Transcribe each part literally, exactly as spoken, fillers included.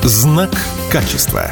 Знак качества.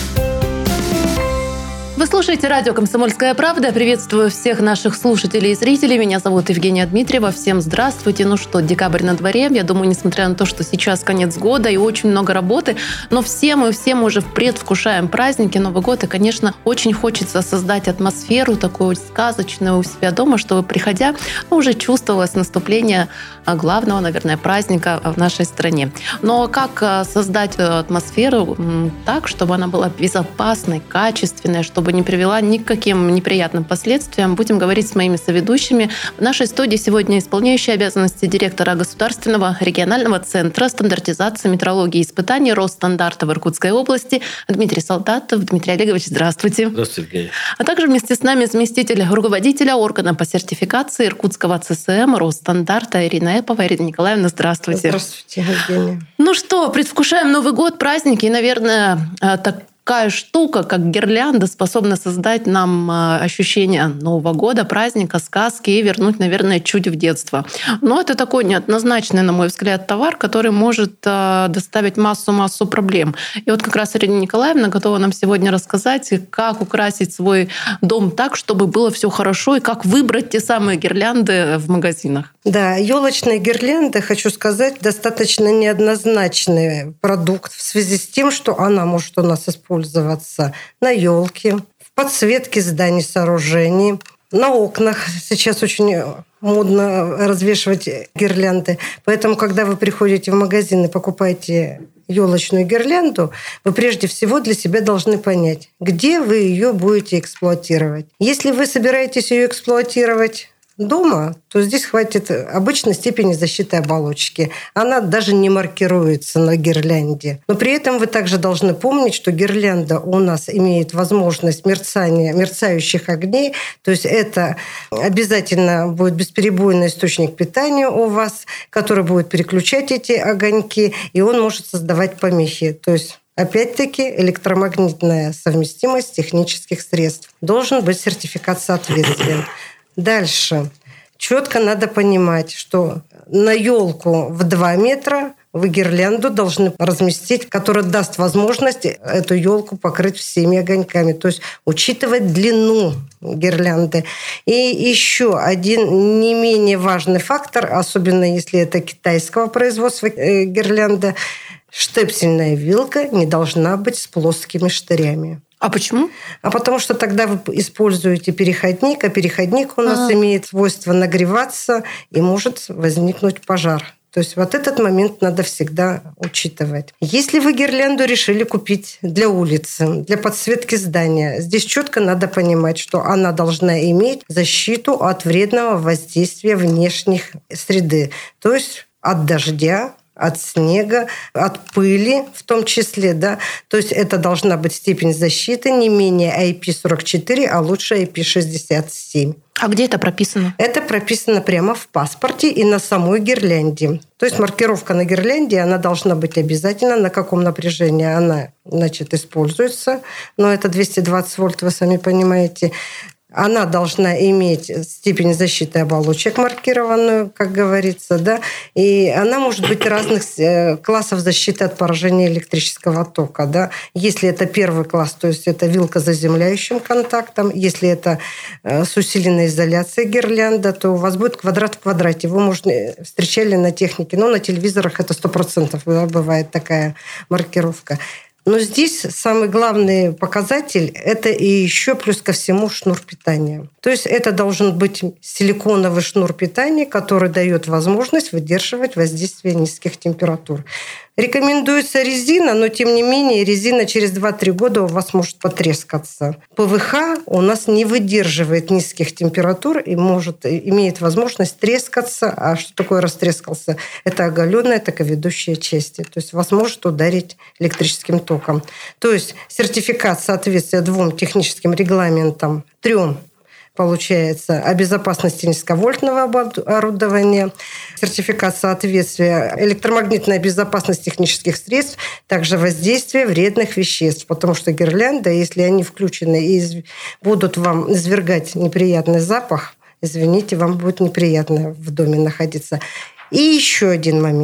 Вы слушаете радио «Комсомольская правда». Приветствую всех наших слушателей и зрителей. Меня зовут Евгения Дмитриева. Всем здравствуйте. Ну что, декабрь на дворе. Я думаю, несмотря на то, что сейчас конец года и очень много работы, но все мы, все мы уже предвкушаем праздники, Новый год. И, конечно, очень хочется создать атмосферу такую сказочную у себя дома, чтобы, приходя, уже чувствовалось наступление главного, наверное, праздника в нашей стране. Но как создать атмосферу так, чтобы она была безопасной, качественной, чтобы не привела ни к каким неприятным последствиям, будем говорить с моими соведущими. В нашей студии сегодня исполняющий обязанности директора Государственного регионального центра стандартизации метрологии и испытаний Росстандарта в Иркутской области Дмитрий Солдатов. Дмитрий Олегович, здравствуйте. Здравствуйте, Евгений. А также вместе с нами заместитель руководителя органа по сертификации Иркутского ЦСМ Росстандарта Ирина Эпова. Ирина Николаевна, здравствуйте. Здравствуйте, Евгения. Ну что, предвкушаем Новый год, праздники, и, наверное, так Такая штука, как гирлянда, способна создать нам ощущение Нового года, праздника, сказки и вернуть, наверное, чуть в детство. Но это такой неоднозначный, на мой взгляд, товар, который может доставить массу-массу проблем. И вот как раз Ирина Николаевна готова нам сегодня рассказать, как украсить свой дом так, чтобы было все хорошо, и как выбрать те самые гирлянды в магазинах. Да, елочная гирлянда, хочу сказать, достаточно неоднозначный продукт в связи с тем, что она может у нас использоваться на елке, в подсветке зданий, сооружений, на окнах. Сейчас очень модно развешивать гирлянды. Поэтому, когда вы приходите в магазин и покупаете елочную гирлянду, вы прежде всего для себя должны понять, где вы ее будете эксплуатировать. Если вы собираетесь ее эксплуатировать дома, то здесь хватит обычной степени защиты оболочки. Она даже не маркируется на гирлянде. Но при этом вы также должны помнить, что гирлянда у нас имеет возможность мерцания, мерцающих огней. То есть это обязательно будет бесперебойный источник питания у вас, который будет переключать эти огоньки, и он может создавать помехи. То есть опять-таки, электромагнитная совместимость технических средств. Должен быть сертификат соответствия. Дальше. Четко надо понимать, что на елку в два метра вы гирлянду должны разместить, которая даст возможность эту елку покрыть всеми огоньками. То есть учитывать длину гирлянды. И еще один не менее важный фактор, особенно если это китайского производства гирлянда, штепсельная вилка не должна быть с плоскими штырями. А почему? А потому что тогда вы используете переходник, а переходник у нас А-а-а. имеет свойство нагреваться, и может возникнуть пожар. То есть вот этот момент надо всегда учитывать. Если вы гирлянду решили купить для улицы, для подсветки здания, здесь четко надо понимать, что она должна иметь защиту от вредного воздействия внешних среды. То есть от дождя, от снега, от пыли в том числе. Да? То есть это должна быть степень защиты не менее ай пи сорок четыре, а лучше ай пи шестьдесят семь. А где это прописано? Это прописано прямо в паспорте и на самой гирлянде. То есть маркировка на гирлянде, она должна быть обязательно, на каком напряжении она, значит, используется. Но это двести двадцать вольт, вы сами понимаете. Она должна иметь степень защиты оболочек маркированную, как говорится, да, и она может быть разных классов защиты от поражения электрического тока, да. Если это первый класс, то есть это вилка с заземляющим контактом, если это с усиленной изоляцией гирлянда, то у вас будет квадрат в квадрате. Вы, может, встречали на технике, но на телевизорах это сто процентов бывает такая маркировка. Но здесь самый главный показатель – это и еще плюс ко всему шнур питания. То есть это должен быть силиконовый шнур питания, который дает возможность выдерживать воздействие низких температур. Рекомендуется резина, но тем не менее резина через два-три года у вас может потрескаться. ПВХ у нас не выдерживает низких температур и может, имеет возможность трескаться. А что такое растрескался? Это оголенная токоведущая часть. То есть вас может ударить электрическим током. То есть сертификат соответствия двум техническим регламентам, трем, получается, о безопасности низковольтного оборудования, сертификат соответствия, электромагнитная безопасность технических средств, также воздействие вредных веществ, потому что гирлянда, если они включены и будут вам извергать неприятный запах, извините, вам будет неприятно в доме находиться. И еще один момент.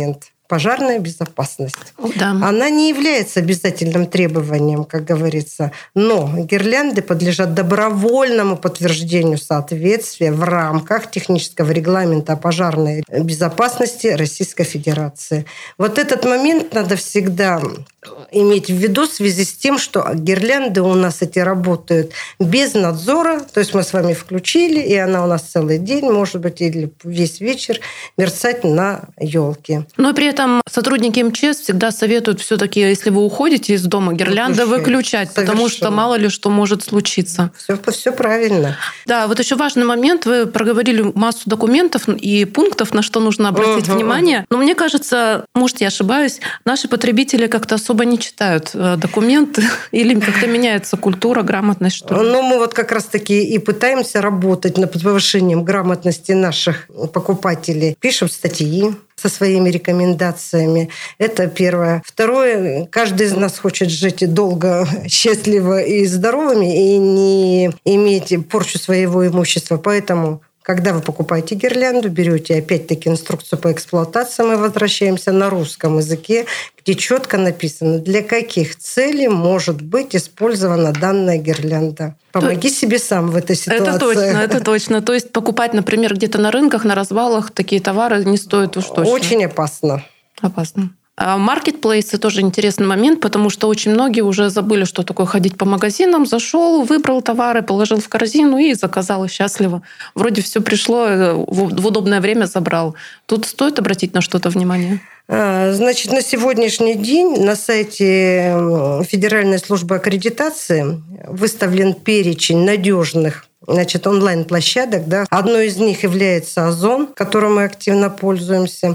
пожарная безопасность. Да. Она не является обязательным требованием, как говорится, но гирлянды подлежат добровольному подтверждению соответствия в рамках технического регламента о пожарной безопасности Российской Федерации. Вот этот момент надо всегда иметь в виду в связи с тем, что гирлянды у нас эти работают без надзора, то есть мы с вами включили, и она у нас целый день, может быть, или весь вечер мерцать на елке. Но при этом сотрудники МЧС всегда советуют все-таки, если вы уходите из дома, гирлянды выключать, Совершенно. Потому что мало ли что может случиться. Все, все правильно. Да, вот еще важный момент. Вы проговорили массу документов и пунктов, на что нужно обратить угу. внимание. Но мне кажется, может, я ошибаюсь, наши потребители как-то особо не читают документы или как-то меняется культура, грамотность, что ли? Ну, мы вот как раз-таки и пытаемся работать над повышением грамотности наших покупателей. Пишем статьи со своими рекомендациями. Это первое. Второе. Каждый из нас хочет жить долго, счастливо и здоровыми и не иметь порчу своего имущества. Поэтому когда вы покупаете гирлянду, берете опять-таки инструкцию по эксплуатации, мы возвращаемся на русском языке, где четко написано, для каких целей может быть использована данная гирлянда. Помоги То... себе сам в этой ситуации. Это точно, это точно. То есть покупать, например, где-то на рынках, на развалах такие товары не стоит уж точно. Очень опасно. Опасно. Маркетплейсы тоже интересный момент, потому что очень многие уже забыли, что такое ходить по магазинам. Зашел, выбрал товары, положил в корзину и заказал, и счастливо. Вроде все пришло, в удобное время забрал. Тут стоит обратить на что-то внимание? Значит, на сегодняшний день на сайте Федеральной службы аккредитации выставлен перечень надежных Значит, онлайн-площадок. Да. Одной из них является Озон, которым мы активно пользуемся.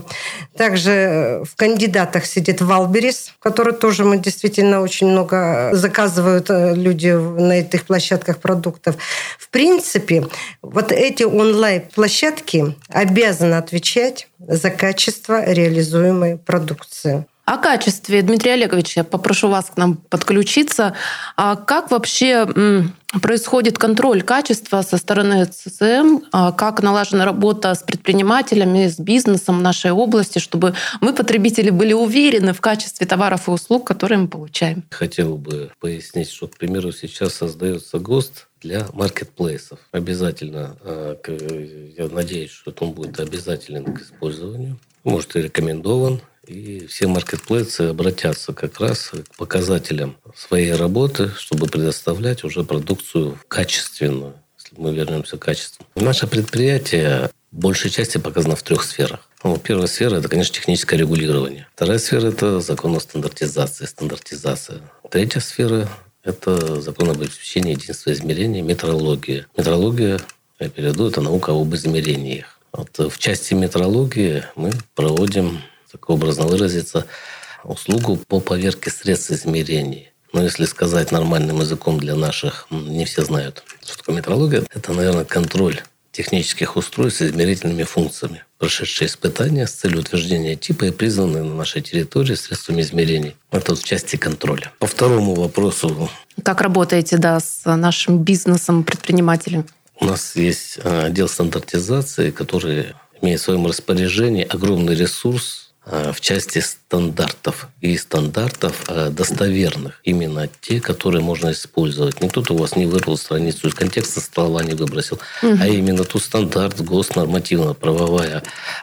Также в кандидатах сидит Валберис, который тоже мы действительно очень много заказывают люди на этих площадках продуктов. В принципе, вот эти онлайн-площадки обязаны отвечать за качество реализуемой продукции. О качестве, Дмитрий Олегович, я попрошу вас к нам подключиться. А как вообще происходит контроль качества со стороны ЦСМ? Как налажена работа с предпринимателями, с бизнесом в нашей области, чтобы мы, потребители, были уверены в качестве товаров и услуг, которые мы получаем? Хотел бы пояснить, что, к примеру, сейчас создается ГОСТ для маркетплейсов. Обязательно, я надеюсь, что он будет обязателен к использованию, может и рекомендован. И все маркетплейсы обратятся как раз к показателям своей работы, чтобы предоставлять уже продукцию качественную, если мы вернемся к качеству. Наше предприятие в большей части показано в трех сферах. Ну, первая сфера – это, конечно, техническое регулирование. Вторая сфера – это закон о стандартизации, стандартизация. Третья сфера – это закон об обеспечении единства измерения, метрология. Метрология, я переведу, это наука об измерениях. Вот в части метрологии мы проводим, так образно выразиться, услугу по поверке средств измерений. Но если сказать нормальным языком для наших, не все знают, что такое метрология, это, наверное, контроль технических устройств с измерительными функциями, прошедшие испытания с целью утверждения типа и признанные на нашей территории средствами измерений. Это вот в части контроля. По второму вопросу. Как работаете, да, с нашим бизнесом, предпринимателем? У нас есть отдел стандартизации, который имеет в своем распоряжении огромный ресурс в части стандартов. И стандартов достоверных. Именно те, которые можно использовать. Не кто-то у вас не вырвал страницу из контекста, слова не выбросил, угу. а именно тот стандарт, госнормативно-правовая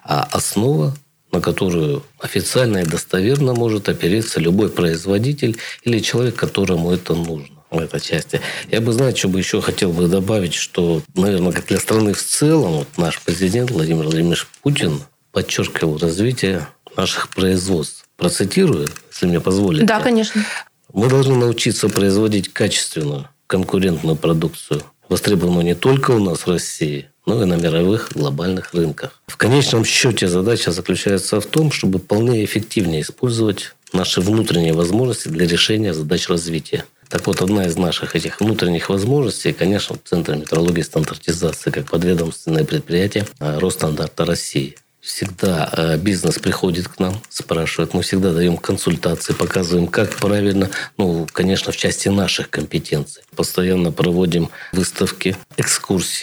основа, на которую официально и достоверно может опереться любой производитель или человек, которому это нужно. В этой части. Я бы, знаете, что бы еще хотел бы добавить, что, наверное, как для страны в целом, вот наш президент Владимир Владимирович Путин подчеркивал развитие наших производств. Процитирую, если мне позволите. Да, конечно. Мы должны научиться производить качественную, конкурентную продукцию, востребованную не только у нас в России, но и на мировых глобальных рынках. В конечном счете задача заключается в том, чтобы полнее и эффективнее использовать наши внутренние возможности для решения задач развития. Так вот, одна из наших этих внутренних возможностей, конечно, Центр метрологии и стандартизации, как подведомственное предприятие Росстандарта России. Всегда бизнес приходит к нам, спрашивает. Мы всегда даем консультации, показываем, как правильно, ну, конечно, в части наших компетенций. Постоянно проводим выставки, экскурсии с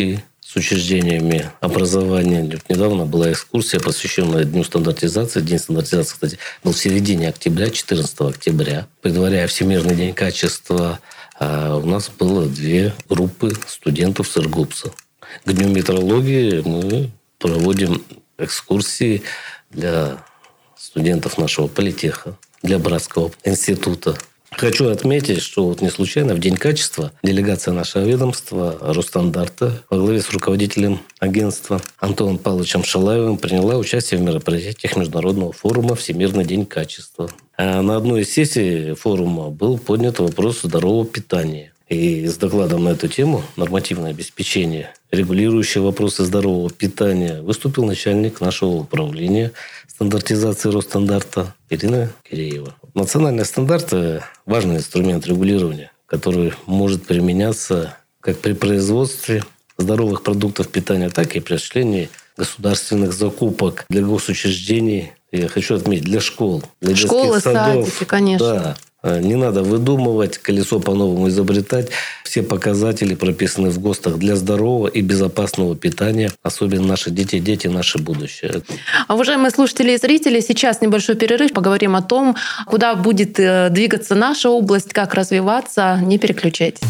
с учреждениями образования. Недавно была экскурсия, посвященная Дню стандартизации. День стандартизации, кстати, был в середине октября, четырнадцатого октября. Предваряя Всемирный день качества, у нас было две группы студентов с ИРГУПСа. К Дню метрологии мы проводим экскурсии для студентов нашего политеха, для Братского института. Хочу отметить, что вот не случайно в День качества делегация нашего ведомства Росстандарта во главе с руководителем агентства Антоном Павловичем Шалаевым приняла участие в мероприятиях Международного форума «Всемирный день качества». А на одной из сессий форума был поднят вопрос здорового питания. И с докладом на эту тему «Нормативное обеспечение, регулирующее вопросы здорового питания» выступил начальник нашего управления стандартизации Росстандарта Ирина Киреева. Национальные стандарты – важный инструмент регулирования, который может применяться как при производстве здоровых продуктов питания, так и при осуществлении государственных закупок для госучреждений. Я хочу отметить, для школ, для Школы, детских садов. садики, конечно. Да. Не надо выдумывать, колесо по-новому изобретать. Все показатели прописаны в ГОСТах для здорового и безопасного питания. Особенно наши дети, дети – наше будущее. Уважаемые слушатели и зрители, сейчас небольшой перерыв. Поговорим о том, куда будет двигаться наша область, как развиваться. Не переключайтесь.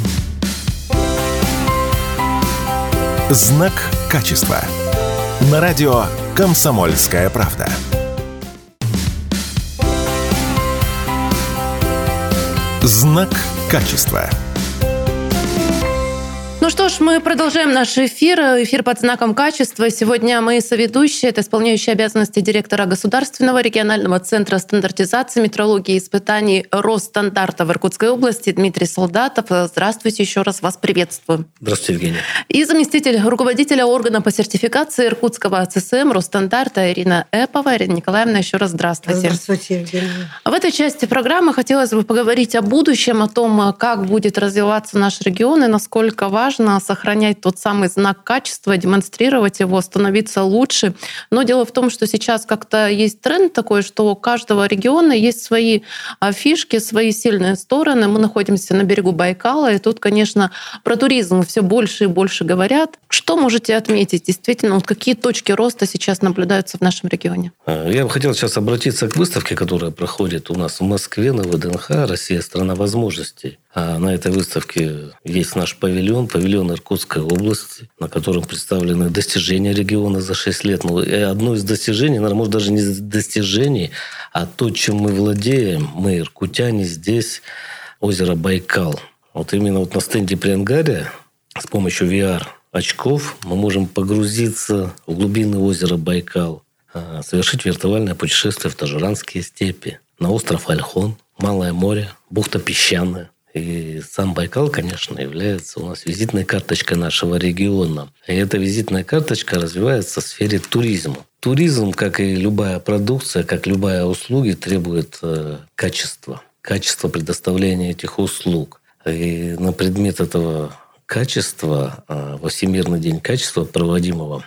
Знак качества. На радио «Комсомольская правда». Знак качества. Ну что ж, мы продолжаем наш эфир. Эфир под знаком качества. Сегодня мои соведущие — это исполняющий обязанности директора Государственного регионального центра стандартизации, метрологии и испытаний Росстандарта в Иркутской области Дмитрий Солдатов. Здравствуйте, еще раз вас приветствую. Здравствуйте, Евгения. И заместитель руководителя органа по сертификации Иркутского ЦСМ Росстандарта Ирина Эпова. Ирина Николаевна, еще раз здравствуйте. Здравствуйте, Евгения. В этой части программы хотелось бы поговорить о будущем, о том, как будет развиваться наш регион и насколько важно сохранять тот самый знак качества, демонстрировать его, становиться лучше. Но дело в том, что сейчас как-то есть тренд такой, что у каждого региона есть свои фишки, свои сильные стороны. Мы находимся на берегу Байкала, и тут, конечно, про туризм все больше и больше говорят. Что можете отметить? Действительно, вот какие точки роста сейчас наблюдаются в нашем регионе? Я бы хотел сейчас обратиться к выставке, которая проходит у нас в Москве на ВДНХ «Россия – страна возможностей». А на этой выставке есть наш павильон, павильон Иркутской области, на котором представлены достижения региона за шесть лет. Ну, и одно из достижений, наверное, может, даже не достижений, а то, чем мы владеем, мы, иркутяне, здесь озеро Байкал. Вот именно вот на стенде при ангаре с помощью ви ар-очков мы можем погрузиться в глубины озера Байкал, совершить виртуальное путешествие в Тажиранские степи, на остров Ольхон, Малое море, бухта Песчаная. И сам Байкал, конечно, является у нас визитной карточкой нашего региона. И эта визитная карточка развивается в сфере туризма. Туризм, как и любая продукция, как любая услуга, требует э, качества. Качества предоставления этих услуг. И на предмет этого качества э, во Всемирный день качества, проводимого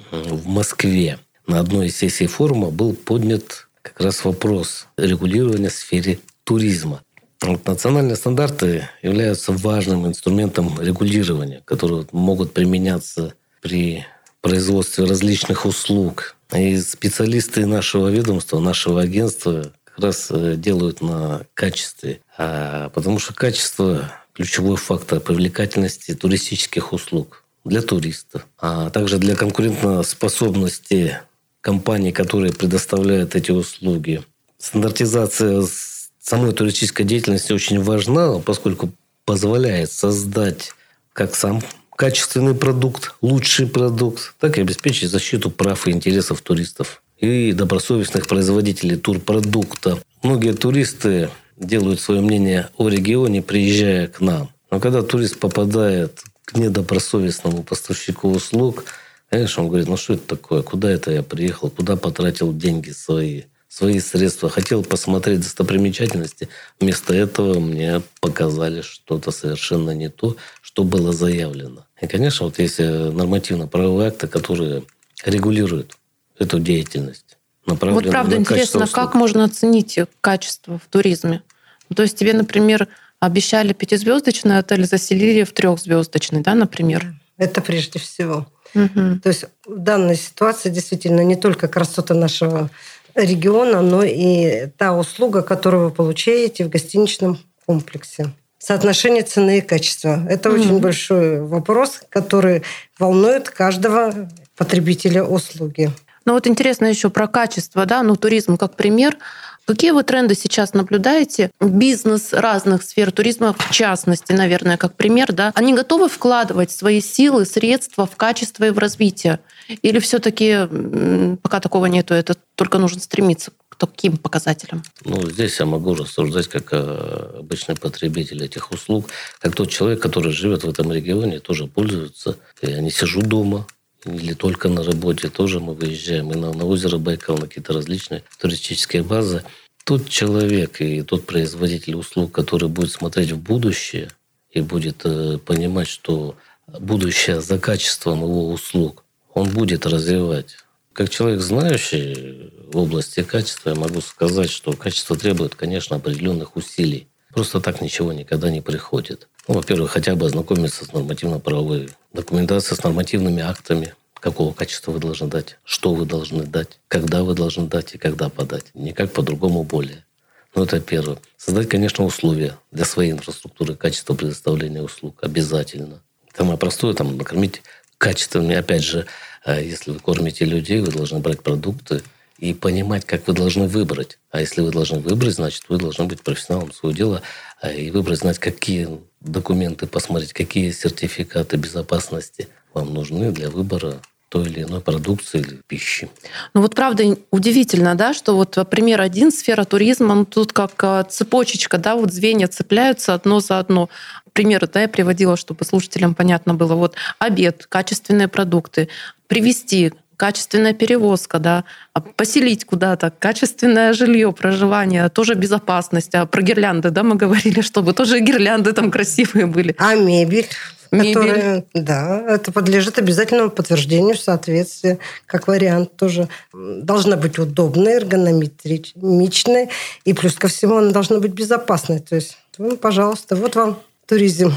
в Москве, на одной из сессий форума был поднят как раз вопрос регулирования в сфере туризма. Вот национальные стандарты являются важным инструментом регулирования, которые могут применяться при производстве различных услуг. И специалисты нашего ведомства, нашего агентства как раз делают на качестве. А потому что качество – ключевой фактор привлекательности туристических услуг для туристов, а также для конкурентоспособности компаний, которые предоставляют эти услуги. Стандартизация самой туристической деятельности очень важна, поскольку позволяет создать как сам качественный продукт, лучший продукт, так и обеспечить защиту прав и интересов туристов и добросовестных производителей турпродукта. Многие туристы делают свое мнение о регионе, приезжая к нам. Но когда турист попадает к недобросовестному поставщику услуг, конечно, он говорит, ну что это такое, куда это я приехал, куда потратил деньги свои. свои средства, хотел посмотреть достопримечательности. Вместо этого мне показали что-то совершенно не то, что было заявлено. И, конечно, вот есть нормативно-правовые акты, которые регулируют эту деятельность. Вот правда интересно, как можно оценить качество в туризме? То есть тебе, например, обещали пятизвездочный отель, заселили в трехзвездочный, да, например? Это прежде всего. Угу. То есть в данной ситуации действительно не только красота нашего региона, но и та услуга, которую вы получаете в гостиничном комплексе. Соотношение цены и качества. Это mm-hmm. очень большой вопрос, который волнует каждого потребителя услуги. Ну вот интересно еще про качество, да, ну туризм как пример. Какие вы тренды сейчас наблюдаете? Бизнес разных сфер туризма, в частности, наверное, как пример, да, они готовы вкладывать свои силы, средства в качество и в развитие? Или все-таки пока такого нету, это только нужно стремиться к таким показателям? Ну, здесь я могу рассуждать как обычный потребитель этих услуг, как тот человек, который живет в этом регионе, тоже пользуется. Я не сижу дома, или только на работе, тоже мы выезжаем и на, на озеро Байкал, на какие-то различные туристические базы. Тот человек и тот производитель услуг, который будет смотреть в будущее и будет э, понимать, что будущее за качеством его услуг, он будет развивать. Как человек, знающий в области качества, я могу сказать, что качество требует, конечно, определенных усилий. Просто так ничего никогда не приходит. Ну, во-первых, хотя бы ознакомиться с нормативно-правовой документацией, с нормативными актами, какого качества вы должны дать, что вы должны дать, когда вы должны дать и когда подать. Никак по-другому более. Ну, это первое. Создать, конечно, условия для своей инфраструктуры качества предоставления услуг. Обязательно. Самое простое, там, накормить качественными. Опять же, если вы кормите людей, вы должны брать продукты и понимать, как вы должны выбрать. А если вы должны выбрать, значит, вы должны быть профессионалом своего дела и выбрать, знать, какие документы посмотреть, какие сертификаты безопасности вам нужны для выбора той или иной продукции или пищи. Ну вот правда удивительно, да, что вот пример один, сфера туризма, ну тут как цепочечка, да, вот звенья цепляются одно за одно. Примеры, да, я приводила, чтобы слушателям понятно было. Вот обед, качественные продукты, привезти, качественная перевозка, да, поселить куда-то, качественное жилье, проживание, тоже безопасность. А про гирлянды, да, мы говорили, чтобы тоже гирлянды там красивые были. А мебель? Мебель. Которая, да, это подлежит обязательному подтверждению в соответствии, как вариант тоже. Должна быть удобной, эргономичной, и плюс ко всему она должна быть безопасной. То есть, ну, пожалуйста, вот вам туризм.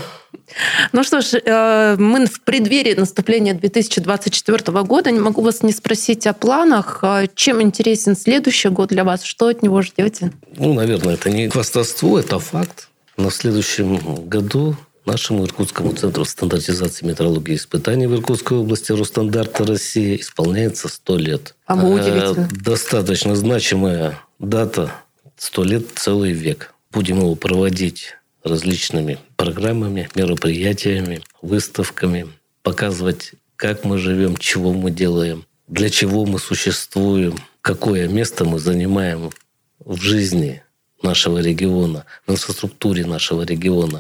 Ну что ж, мы в преддверии наступления две тысячи двадцать четвёртого года. Не могу вас не спросить о планах. Чем интересен следующий год для вас? Что от него ждете? Ну, наверное, это не хвастовство, это факт. Но в следующем году нашему Иркутскому центру стандартизации метрологии и испытаний в Иркутской области Росстандарта России исполняется сто лет. А вы удивительно. Достаточно значимая дата. сто лет – целый век. Будем его проводить различными программами, мероприятиями, выставками, показывать, как мы живем, чего мы делаем, для чего мы существуем, какое место мы занимаем в жизни нашего региона, в инфраструктуре нашего региона.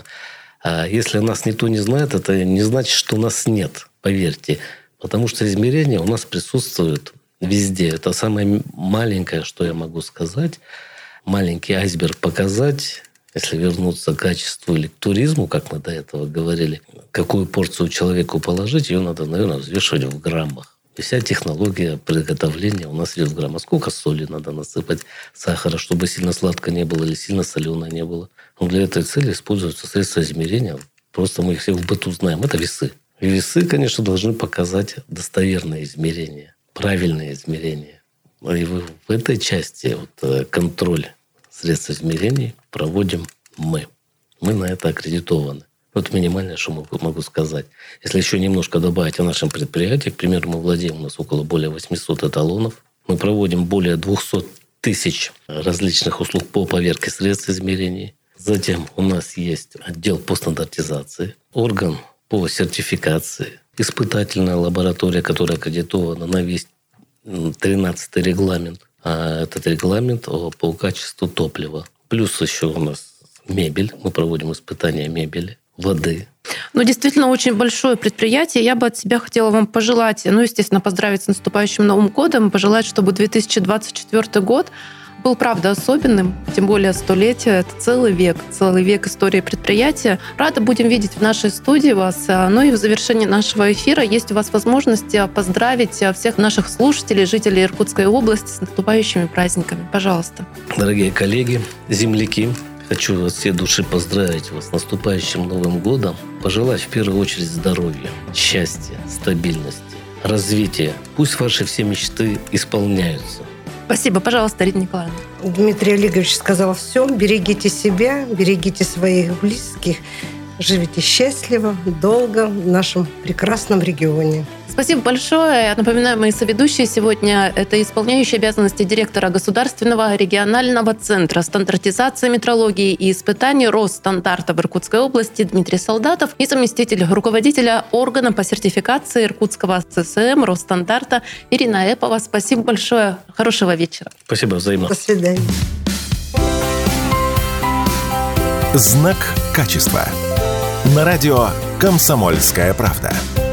А если нас никто не знает, это не значит, что нас нет, поверьте. Потому что измерения у нас присутствуют везде. Это самое маленькое, что я могу сказать. Маленький айсберг показать. Если вернуться к качеству или к туризму, как мы до этого говорили, какую порцию человеку положить, ее надо, наверное, взвешивать в граммах. И вся технология приготовления у нас идет в граммах. Сколько соли надо насыпать, сахара, чтобы сильно сладко не было или сильно соленое не было. Но для этой цели используются средства измерения. Просто мы их все в быту знаем. Это весы. И весы, конечно, должны показать достоверные измерения, правильные измерения. И в этой части вот, контроль средств измерений проводим мы. Мы на это аккредитованы. Вот минимальное, что могу сказать. Если еще немножко добавить о нашем предприятии, к примеру, мы владеем, у нас около более восемьсот эталонов. Мы проводим более двести тысяч различных услуг по поверке средств измерений. Затем у нас есть отдел по стандартизации, орган по сертификации, испытательная лаборатория, которая аккредитована на весь тринадцатый регламент. А этот регламент по качеству топлива. Плюс еще у нас мебель. Мы проводим испытания мебели, воды. Ну, действительно, очень большое предприятие. Я бы от себя хотела вам пожелать, ну, естественно, поздравить с наступающим Новым годом, пожелать, чтобы две тысячи двадцать четвёртый год был, правда, особенным, тем более столетие. Это целый век, целый век истории предприятия. Рада будем видеть в нашей студии вас. Ну и в завершении нашего эфира есть у вас возможность поздравить всех наших слушателей, жителей Иркутской области с наступающими праздниками. Пожалуйста. Дорогие коллеги, земляки, хочу от всей души поздравить вас с наступающим Новым годом. Пожелать в первую очередь здоровья, счастья, стабильности. развития. Пусть ваши все мечты исполняются. Спасибо. Пожалуйста, Рита Николаевна. Дмитрий Олегович сказал все. Берегите себя, берегите своих близких. Живите счастливо, долго в нашем прекрасном регионе. Спасибо большое. Я напоминаю, мои соведущие сегодня – это исполняющий обязанности директора Государственного регионального центра стандартизации метрологии и испытаний Росстандартта в Иркутской области Дмитрий Солдатов и заместитель руководителя органа по сертификации Иркутского ЦСМ Росстандартта Ирина Эпова. Спасибо большое. Хорошего вечера. Спасибо, взаимно. До свидания. Знак качества. На радио «Комсомольская правда».